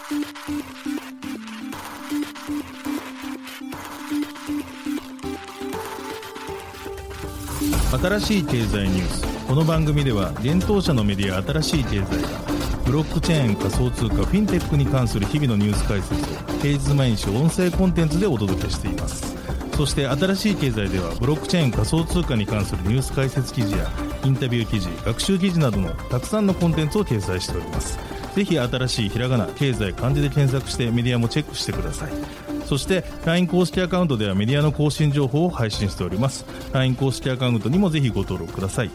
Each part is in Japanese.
新しい経済ニュース。この番組では現当社のメディア新しい経済がブロックチェーン、仮想通貨、フィンテックに関する日々のニュース解説を平日毎日音声コンテンツでお届けしています。そして新しい経済ではブロックチェーン、仮想通貨に関するニュース解説記事やインタビュー記事、学習記事などのたくさんのコンテンツを掲載しております。ぜひ新しいひらがな、経済、漢字で検索してメディアもチェックしてください。そして LINE 公式アカウントではメディアの更新情報を配信しております。 LINE 公式アカウントにもぜひご登録ください。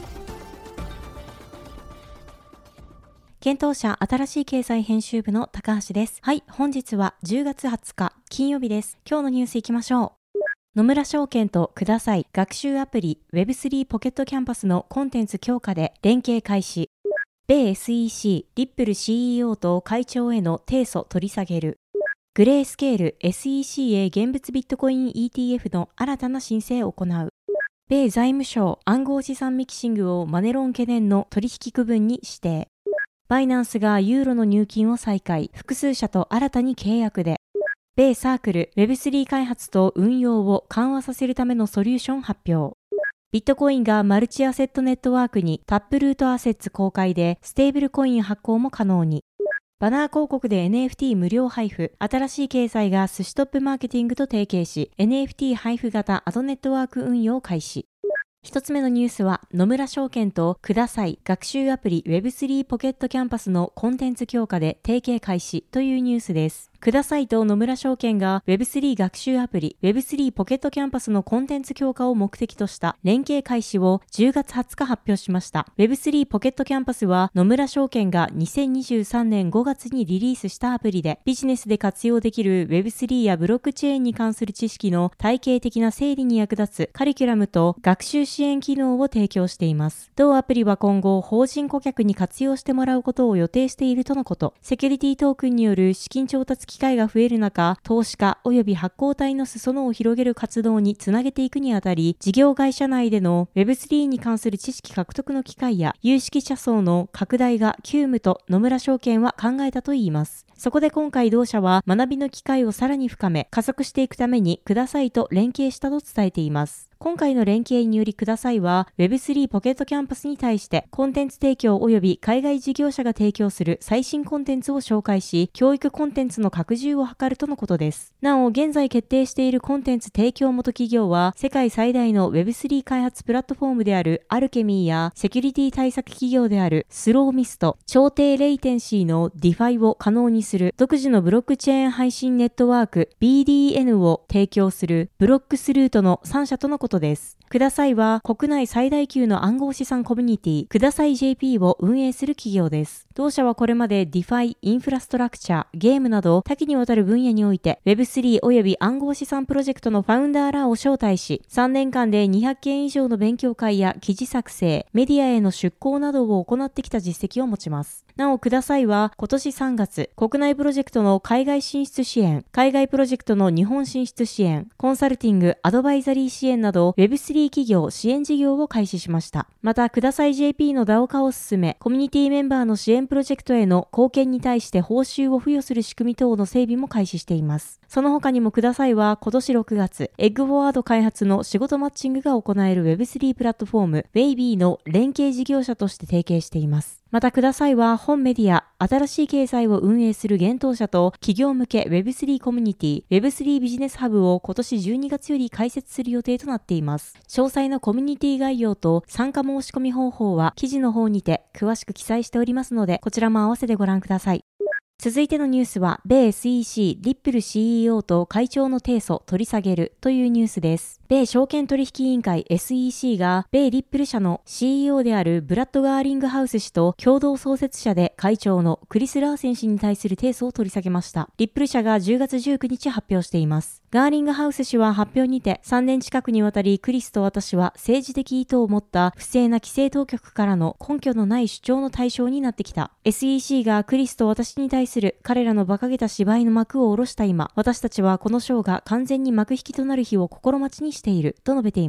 現当社新しい経済編集部の高橋です。はい、本日は10月20日金曜日です。今日のニュースいきましょう。野村証券とください学習アプリ Web3 ポケットキャンパスのコンテンツ強化で連携開始。米 SEC リップル CEO と会長への提訴取り下げる。グレースケール SEC へ現物ビットコイン ETF の新たな申請を行う。米財務省暗号資産ミキシングをマネロン懸念の取引区分に指定。バイナンスがユーロの入金を再開、複数社と新たに契約で。米サークル Web3 開発と運用を緩和させるためのソリューション発表。ビットコインがマルチアセットネットワークにタップルートアセッツ公開でステーブルコイン発行も可能に。バナー広告で NFT 無料配布。新しい経済が寿司トップマーケティングと提携し NFT 配布型アドネットワーク運用開始。一つ目のニュースは野村証券とください学習アプリ Web3 ポケットキャンパスのコンテンツ強化で提携開始というニュースです。くださいと野村証券が Web3 学習アプリ Web3 ポケットキャンパスのコンテンツ強化を目的とした連携開始を10月20日発表しました。Web3 ポケットキャンパスは野村証券が2023年5月にリリースしたアプリでビジネスで活用できる Web3 やブロックチェーンに関する知識の体系的な整理に役立つカリキュラムと学習支援機能を提供しています。同アプリは今後法人顧客に活用してもらうことを予定しているとのこと。セキュリティトークンによる資金調達機会が増える中、投資家及び発行体の裾野を広げる活動につなげていくにあたり、事業会社内での Web3 に関する知識獲得の機会や有識者層の拡大が急務と野村証券は考えたといいます。そこで今回同社は学びの機会をさらに深め、加速していくためにくださいと連携したと伝えています。今回の連携によりくださいは Web3 ポケットキャンパスに対してコンテンツ提供及び海外事業者が提供する最新コンテンツを紹介し、教育コンテンツの拡充を図るとのことです。なお、現在決定しているコンテンツ提供元企業は世界最大の Web3 開発プラットフォームであるアルケミーやセキュリティ対策企業であるスローミスト、超低レイテンシーの DeFi を可能にする独自のブロックチェーン配信ネットワーク BDN を提供するブロックスルートの3社とのことです。くださいは国内最大級の暗号資産コミュニティください JP を運営する企業です。同社はこれまで DeFi、インフラストラクチャー、ゲームなど多岐にわたる分野において Web3 及び暗号資産プロジェクトのファウンダーらを招待し、3年間で200件以上の勉強会や記事作成、メディアへの出向などを行ってきた実績を持ちます。なお、くださいは今年3月、国内プロジェクトの海外進出支援、海外プロジェクトの日本進出支援、コンサルティング、アドバイザリー支援など Web3 企業支援事業を開始しました。また、ください JP の DAO 化を進め、コミュニティメンバーの支援プロジェクトへの貢献に対して報酬を付与する仕組み等の整備も開始しています。その他にもくださいは今年6月、エッグフォワード開発の仕事マッチングが行える Web3 プラットフォーム Wavy の連携事業者として提携しています。またくださいは本メディア新しい経済を運営する現当社と企業向け Web3 コミュニティ Web3 ビジネスハブを今年12月より開設する予定となっています。詳細のコミュニティ概要と参加申し込み方法は記事の方にて詳しく記載しておりますので、こちらも合わせてご覧ください。続いてのニュースは、米 SEC リップル CEO と会長の提訴取り下げるというニュースです。米証券取引委員会 SEC が米リップル社の CEO であるブラッド・ガーリングハウス氏と共同創設者で会長のクリス・ラーセン氏に対する提訴を取り下げました。リップル社が10月19日発表しています。ガーリングハウス氏は発表にて、3年近くにわたりクリスと私は政治的意図を持った不正な規制当局からの根拠のない主張の対象になってきた。SEC がクリスと私に対する彼らの馬鹿げた芝居の幕を下ろした今、私たちはこの章が完全に幕引きとなる日を心待ちにしていると述べています。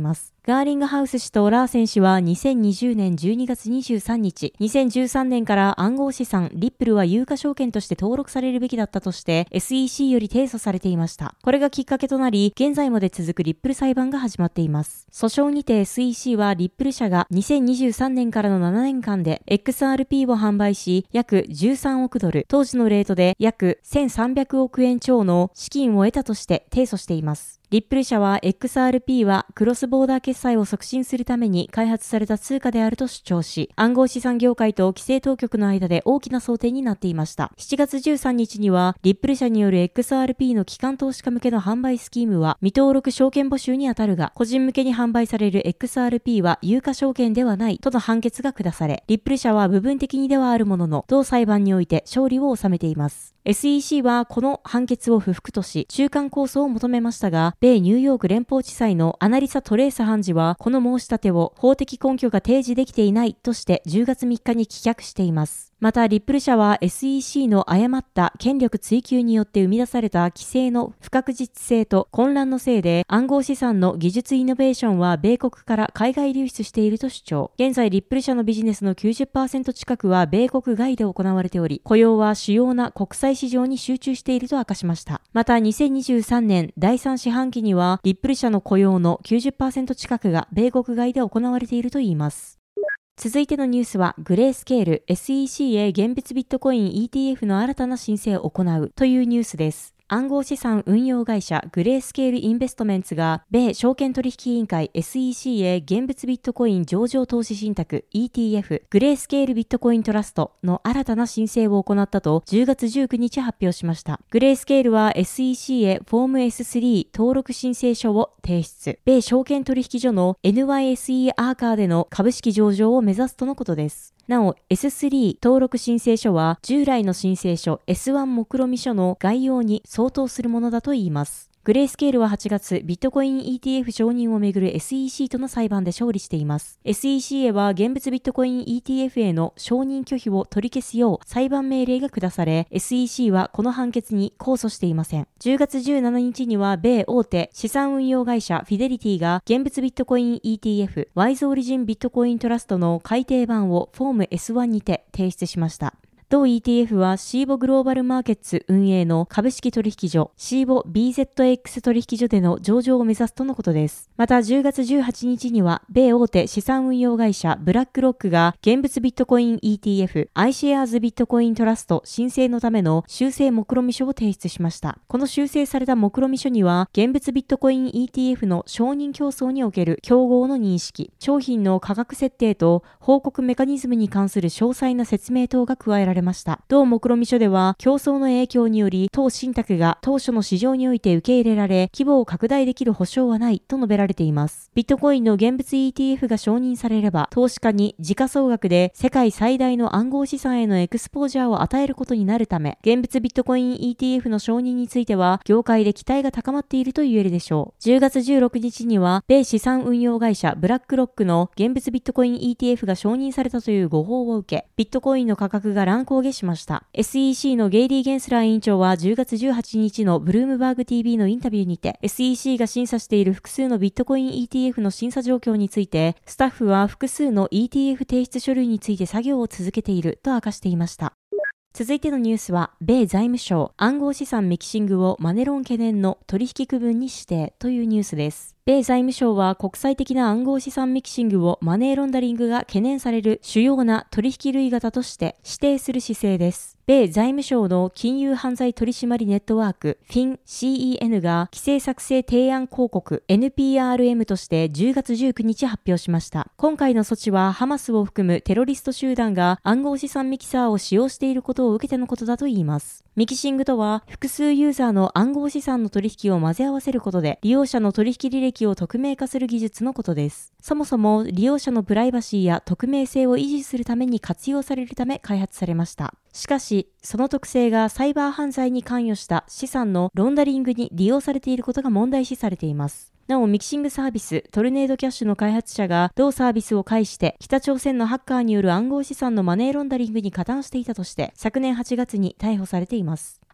ガーリングハウス氏とラーセン氏は2020年12月23日、2013年から暗号資産リップルは有価証券として登録されるべきだったとして SEC より提訴されていました。これがきっかけとなり、現在まで続くリップル裁判が始まっています。訴訟にて SEC はリップル社が2023年からの7年間で XRP を販売し、約13億ドル、当時のレートで約1300億円超の資金を得たとして提訴しています。リップル社は XRP はクロスボーダー決済を促進するために開発された通貨であると主張し、暗号資産業界と規制当局の間で大きな争点になっていました。7月13日には、リップル社による XRP の機関投資家向けの販売スキームは未登録証券募集に当たるが、個人向けに販売される XRP は有価証券ではないとの判決が下され、リップル社は部分的にではあるものの、同裁判において勝利を収めています。SEC はこの判決を不服とし、中間控訴を求めましたが、米ニューヨーク連邦地裁のアナリサ・トレーサ判事は、この申し立てを法的根拠が提示できていないとして10月3日に棄却しています。また、リップル社は SEC の誤った権力追求によって生み出された規制の不確実性と混乱のせいで、暗号資産の技術イノベーションは米国から海外流出していると主張。現在、リップル社のビジネスの 90% 近くは米国外で行われており、雇用は主要な国際市場に集中していると明かしました。また、2023年第3四半期には、リップル社の雇用の 90% 近くが米国外で行われているといいます。続いてのニュースは、グレースケール SEC へ現物ビットコイン ETF の新たな申請を行うというニュースです。暗号資産運用会社グレースケールインベストメンツが米証券取引委員会 SEC へ現物ビットコイン上場投資信託 ETF グレースケールビットコイントラストの新たな申請を行ったと10月19日発表しました。グレースケールは SEC へフォーム S3 登録申請書を提出。米証券取引所の NYSE アーカーでの株式上場を目指すとのことです。なお、S3 登録申請書は従来の申請書 S1 目論見書の概要に相当するものだといいます。グレースケールは8月、ビットコイン ETF 承認をめぐる SEC との裁判で勝利しています。SEC へは現物ビットコイン ETF への承認拒否を取り消すよう裁判命令が下され、SEC はこの判決に控訴していません。10月17日には米大手資産運用会社フィデリティが現物ビットコイン ETF ワイズオリジンビットコイントラストの改訂版をフォーム S1 にて提出しました。同 ETF はシーボグローバルマーケッツ運営の株式取引所シーボ BZX 取引所での上場を目指すとのことです。また10月18日には米大手資産運用会社ブラックロックが現物ビットコイン ETF iShares ビットコイントラスト申請のための修正目論見書を提出しました。この修正された目論見書には現物ビットコイン ETF の承認競争における競合の認識、商品の価格設定と報告メカニズムに関する詳細な説明等が加えられました。同目論見書では競争の影響により当信託が当初の市場において受け入れられ規模を拡大できる保証はないと述べられています。ビットコインの現物 ETF が承認されれば投資家に時価総額で世界最大の暗号資産へのエクスポージャーを与えることになるため、現物ビットコイン ETF の承認については業界で期待が高まっていると言えるでしょう。10月16日には米資産運用会社ブラックロックの現物ビットコイン ETF が承認されたという誤報を受け、ビットコインの価格が乱高下しました。SEC のゲイリー・ゲンスラー委員長は10月18日のブルームバーグ TV のインタビューにて SEC が審査している複数のビットコイン ETF の審査状況について、スタッフは複数の ETF 提出書類について作業を続けていると明かしていました。続いてのニュースは、米財務省暗号資産ミキシングをマネロン懸念の取引区分に指定というニュースです。米財務省は国際的な暗号資産ミキシングをマネーロンダリングが懸念される主要な取引類型として指定する姿勢です。米財務省の金融犯罪取締ネットワーク FinCEN が規制作成提案広告 NPRM として10月19日発表しました。今回の措置はハマスを含むテロリスト集団が暗号資産ミキサーを使用していることを受けてのことだといいます。ミキシングとは複数ユーザーの暗号資産の取引を混ぜ合わせることで利用者の取引履歴を匿名化する技術のことです。そもそも利用者のプライバシーや匿名性を維持するために活用されるため開発されました。しかし、その特性がサイバー犯罪に関与した資産のロンダリングに利用されていることが問題視されています。なお、ミキシングサービス、トルネードキャッシュの開発者が同サービスを介して北朝鮮のハッカーによる暗号資産のマネーロンダリングに加担していたとして、昨年8月に逮捕されています。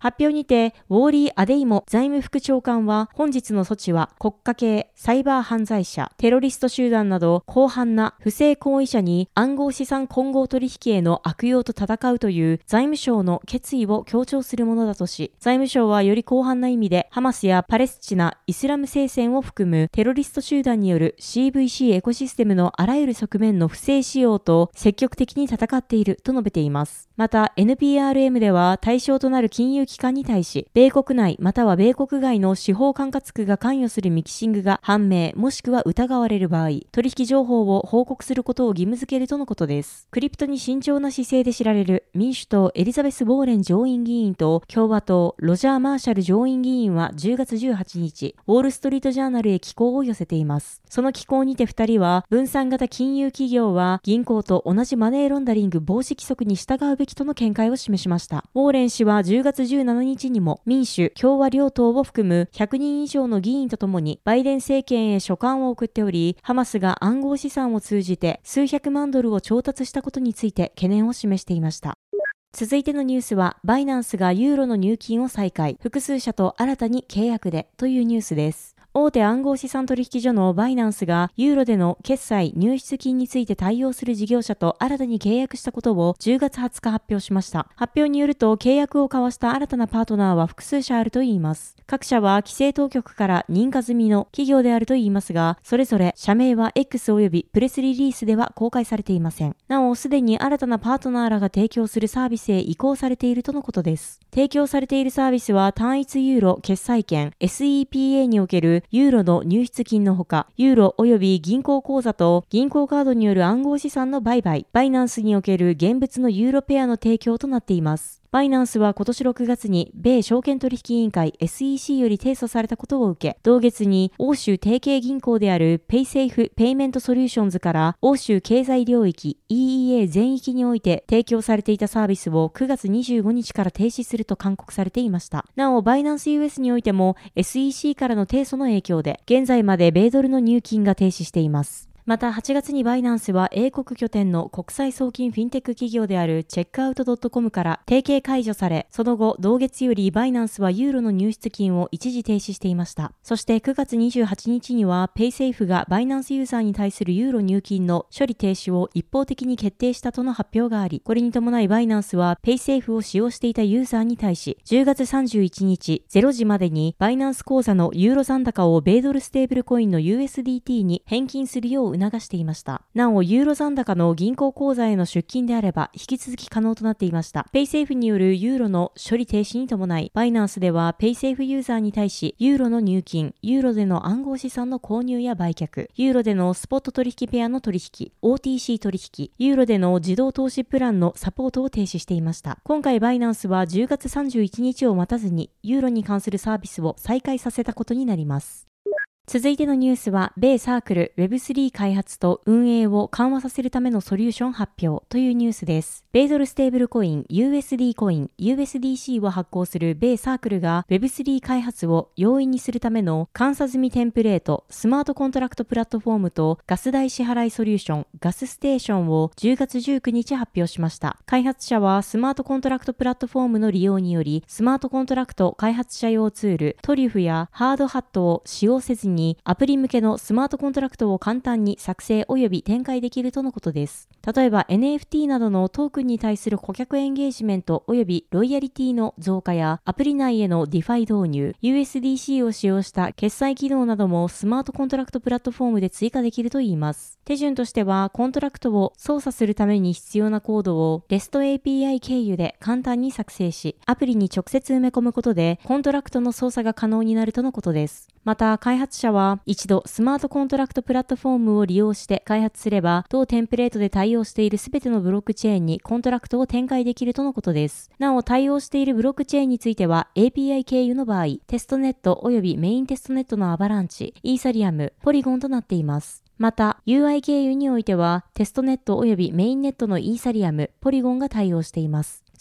発表にて、ウォーリー・アデイモ財務副長官は、本日の措置は国家系、サイバー犯罪者、テロリスト集団など広範な不正行為者に暗号資産混合取引への悪用と戦うという財務省の決意を強調するものだとし、財務省はより広範な意味でハマスやパレスチナ、イスラム聖戦を含むテロリスト集団による CVC エコシステムのあらゆる側面の不正使用と積極的に戦っていると述べています。また NPRM では対象となる金融機関に対し、米国内または米国外の司法管轄区が関与するミキシングが判明もしくは疑われる場合、取引情報を報告することを義務付けるとのことです。クリプトに慎重な姿勢で知られる民主党エリザベス・ウォーレン上院議員と共和党ロジャー・マーシャル上院議員は10月18日、ウォールストリートジャーナルへ寄稿を寄せています。その寄稿にて2人は、分散型金融企業は銀行と同じマネーロンダリング防止規則に従うべきとの見解を示しました。ウォーレン氏は10月17日にも民主・共和両党を含む100人以上の議員とともにバイデン政権へ書簡を送っており、ハマスが暗号資産を通じて数百万ドルを調達したことについて懸念を示していました。続いてのニュースは、バイナンスがユーロの入金を再開、複数社と新たに契約でというニュースです。大手暗号資産取引所のバイナンスがユーロでの決済入出金について対応する事業者と新たに契約したことを10月20日発表しました。発表によると契約を交わした新たなパートナーは複数社あるといいます。各社は規制当局から認可済みの企業であるといいますが、それぞれ社名は X 及びプレスリリースでは公開されていません。なお、すでに新たなパートナーらが提供するサービスへ移行されているとのことです。提供されているサービスは単一ユーロ決済券 SEPA におけるユーロの入出金のほか、ユーロ及び銀行口座と銀行カードによる暗号資産の売買、バイナンスにおける現物のユーロペアの提供となっています。バイナンスは今年6月に米証券取引委員会 SEC より提訴されたことを受け、同月に欧州提携銀行であるペイセーフペイメントソリューションズから欧州経済領域 EEA 全域において提供されていたサービスを9月25日から停止すると勧告されていました。なお、バイナンス US においても SEC からの提訴の影響で、現在まで米ドルの入金が停止しています。また8月にバイナンスは英国拠点の国際送金フィンテック企業であるチェックアウト .com から提携解除され、その後同月よりバイナンスはユーロの入出金を一時停止していました。そして9月28日にはペイセーフがバイナンスユーザーに対するユーロ入金の処理停止を一方的に決定したとの発表があり、これに伴いバイナンスはペイセーフを使用していたユーザーに対し、10月31日0時までにバイナンス口座のユーロ残高を米ドルステーブルコインの USDT に返金するよう促していました。なお、ユーロ残高の銀行口座への出金であれば引き続き可能となっていました。ペイセーフによるユーロの処理停止に伴い、バイナンスではペイセーフユーザーに対しユーロの入金、ユーロでの暗号資産の購入や売却、ユーロでのスポット取引ペアの取引、OTC 取引、ユーロでの自動投資プランのサポートを停止していました。今回バイナンスは10月31日を待たずにユーロに関するサービスを再開させたことになります。続いてのニュースは、米サークル Web3 開発と運営を緩和させるためのソリューション発表というニュースです。米ドルステーブルコイン USD コイン USDC を発行する米サークルが Web3 開発を容易にするための監査済みテンプレート、スマートコントラクトプラットフォームとガス代支払いソリューションガスステーションを10月19日発表しました。開発者はスマートコントラクトプラットフォームの利用により、スマートコントラクト開発者用ツールトリュフやハードハットを使用せずにアプリ向けのスマートコントラクトを簡単に作成及び展開できるとのことです。例えば NFT などのトークンに対する顧客エンゲージメント及びロイヤリティの増加やアプリ内への DeFi 導入、USDC を使用した決済機能などもスマートコントラクトプラットフォームで追加できるといいます。手順としてはコントラクトを操作するために必要なコードを REST API 経由で簡単に作成し、アプリに直接埋め込むことでコントラクトの操作が可能になるとのことです。また開発者は一度スマートコントラクトプラットフォームを利用して開発すれば同テンプレートで対応しているすべてのブロックチェーンにコントラクトを展開できるとのことです。なお対応しているブロックチェーンについては API 経由の場合、テストネット及びメインテストネットのアバランチ、イーサリアム、ポリゴンとなっています。また UI 経由においてはテストネット及びメインネットのイーサリアム、ポリゴンが対応しています。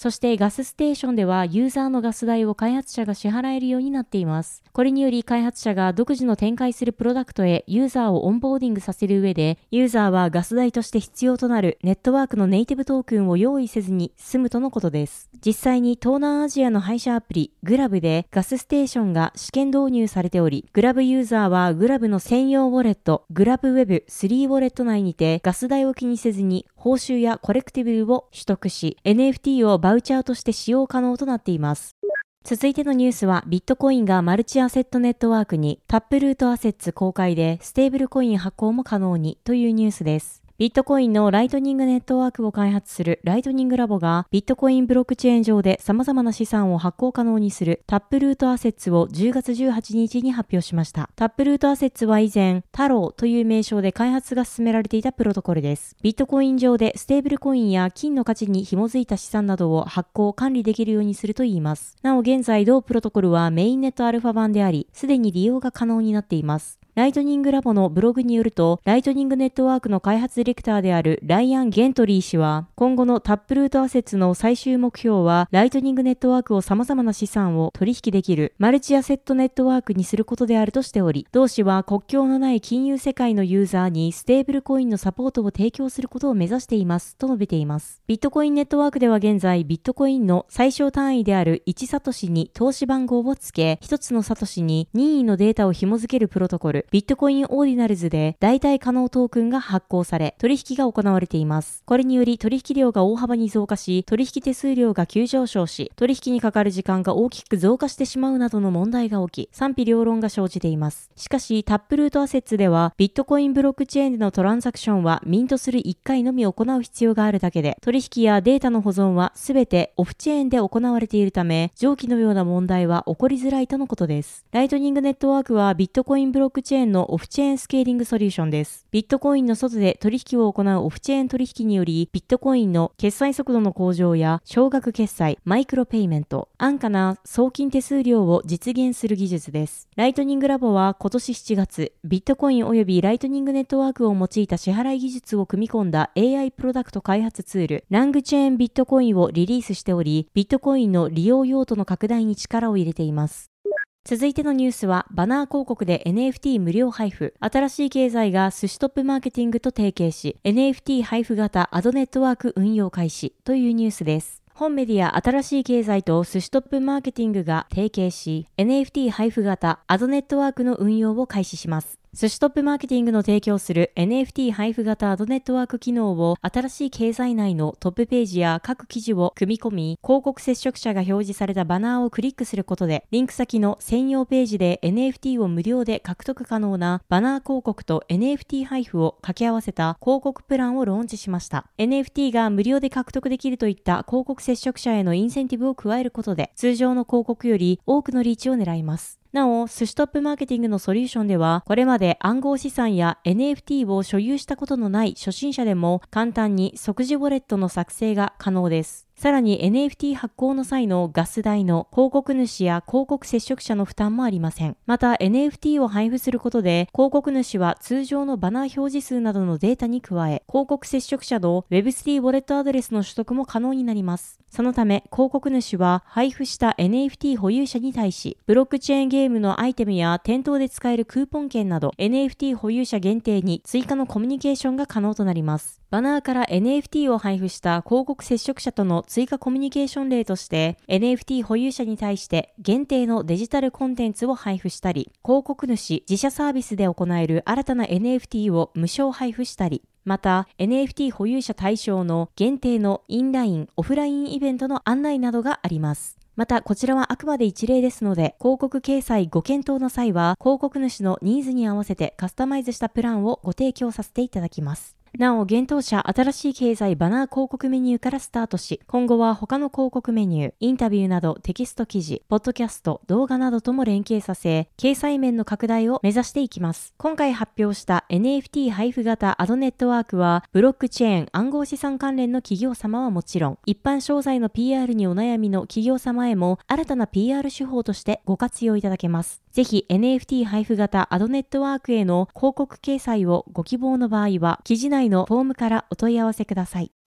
そしてガスステーションではユーザーのガス代を開発者が支払えるようになっています。これにより開発者が独自の展開するプロダクトへユーザーをオンボーディングさせる上で、ユーザーはガス代として必要となるネットワークのネイティブトークンを用意せずに済むとのことです。実際に東南アジアの配車アプリグラブでガスステーションが試験導入されており、グラブユーザーはグラブの専用ウォレットグラブウェブ3ウォレット内にてガス代を気にせずに報酬やコレクティブルを取得し、NFT をバウチャーとして使用可能となっています。続いてのニュースは、ビットコインがマルチアセットネットワークにタップルートアセッツ公開でステーブルコイン発行も可能にというニュースです。ビットコインのライトニングネットワークを開発するライトニングラボがビットコインブロックチェーン上で様々な資産を発行可能にするタップルートアセッツを10月18日に発表しました。タップルートアセッツは以前、タローという名称で開発が進められていたプロトコルです。ビットコイン上でステーブルコインや金の価値に紐づいた資産などを発行管理できるようにするといいます。なお現在同プロトコルはメインネットアルファ版であり、すでに利用が可能になっています。ライトニングラボのブログによると、ライトニングネットワークの開発ディレクターであるライアン・ゲントリー氏は、今後のタップルートアセッツの最終目標は、ライトニングネットワークを様々な資産を取引できるマルチアセットネットワークにすることであるとしており、同氏は国境のない金融世界のユーザーにステーブルコインのサポートを提供することを目指していますと述べています。ビットコインネットワークでは現在、ビットコインの最小単位である1サトシに投資番号を付け、1つのサトシに任意のデータを紐付けるプロトコル、ビットコインオーディナルズで代替可能トークンが発行され、取引が行われています。これにより取引量が大幅に増加し、取引手数料が急上昇し、取引にかかる時間が大きく増加してしまうなどの問題が起き、賛否両論が生じています。しかし、タップルートアセッツでは、ビットコインブロックチェーンでのトランザクションはミントする1回のみ行う必要があるだけで、取引やデータの保存はすべてオフチェーンで行われているため、上記のような問題は起こりづらいとのことです。ライトニングネットワークはビットコインブロックチェーンのオフチェーンスケーリングソリューションです。ビットコインの外で取引を行うオフチェーン取引により、ビットコインの決済速度の向上や少額決済、マイクロペイメント、安価な送金手数料を実現する技術です。ライトニングラボは今年7月、ビットコイン及びライトニングネットワークを用いた支払い技術を組み込んだ AI プロダクト開発ツール、ラングチェーンビットコインをリリースしており、ビットコインの利用用途の拡大に力を入れています。続いてのニュースは、バナー広告で NFT 無料配布。新しい経済が寿司トップマーケティングと提携し、NFT 配布型アドネットワーク運用開始というニュースです。本メディア新しい経済と寿司トップマーケティングが提携し、NFT 配布型アドネットワークの運用を開始します。寿司トップマーケティングの提供する NFT 配布型アドネットワーク機能を新しい経済内のトップページや各記事を組み込み、広告接触者が表示されたバナーをクリックすることで、リンク先の専用ページで NFT を無料で獲得可能なバナー広告と NFT 配布を掛け合わせた広告プランをローンチしました。NFT が無料で獲得できるといった広告接触者へのインセンティブを加えることで、通常の広告より多くのリーチを狙います。なお、寿司トップマーケティングのソリューションでは、これまで暗号資産や NFT を所有したことのない初心者でも簡単に即時ウォレットの作成が可能です。さらに NFT 発行の際のガス代の広告主や広告接触者の負担もありません。また NFT を配布することで広告主は通常のバナー表示数などのデータに加え、広告接触者の Web3 ウォレットアドレスの取得も可能になります。そのため広告主は配布した NFT 保有者に対し、ブロックチェーンゲームのアイテムや店頭で使えるクーポン券など NFT 保有者限定に追加のコミュニケーションが可能となります。バナーから NFT を配布した広告接触者との追加コミュニケーション例として NFT 保有者に対して限定のデジタルコンテンツを配布したり、広告主自社サービスで行える新たな NFT を無償配布したり、また NFT 保有者対象の限定のインライン・オフラインイベントの案内などがあります。またこちらはあくまで一例ですので、広告掲載ご検討の際は広告主のニーズに合わせてカスタマイズしたプランをご提供させていただきます。なお、現当社新しい経済バナー広告メニューからスタートし、今後は他の広告メニュー、インタビューなどテキスト記事、ポッドキャスト、動画などとも連携させ、掲載面の拡大を目指していきます。今回発表した NFT 配布型アドネットワークは、ブロックチェーン暗号資産関連の企業様はもちろん、一般商材の PR にお悩みの企業様へも新たな PR 手法としてご活用いただけます。ぜひ NFT 配布型アドネットワークへの広告掲載をご希望の場合は、記事内のフォームからお問い合わせください。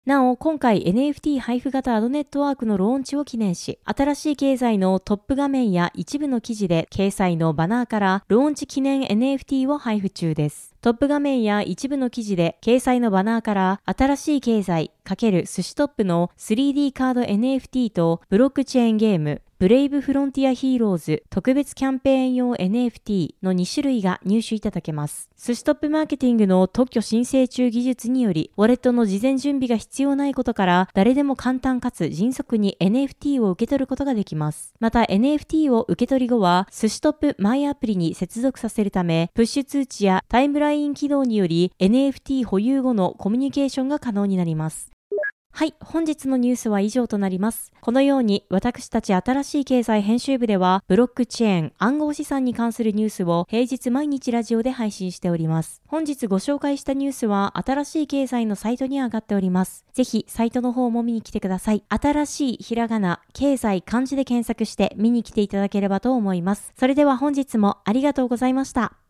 なお、今回 NFT 配布型アドネットワークのローンチを記念し、新しい経済のトップ画面や一部の記事で掲載のバナーからローンチ記念 NFT を配布中です。トップ画面や一部の記事で掲載のバナーから新しい経済×寿司トップの 3D カード NFT とブロックチェーンゲームブレイブフロンティアヒーローズ特別キャンペーン用 NFT の2種類が入手いただけます。寿司トップマーケティングの特許申請中技術により、ウォレットの事前準備が必要ないことから、誰でも簡単かつ迅速に NFT を受け取ることができます。また NFT を受け取り後は、寿司トップマイアプリに接続させるため、プッシュ通知やタイムライン起動により NFT 保有後のコミュニケーションが可能になります。はい、本日のニュースは以上となります。このように私たち新しい経済編集部ではブロックチェーン、暗号資産に関するニュースを平日毎日ラジオで配信しております。本日ご紹介したニュースは新しい経済のサイトに上がっております。ぜひサイトの方も見に来てください。新しいひらがな、経済漢字で検索して見に来ていただければと思います。それでは本日もありがとうございました。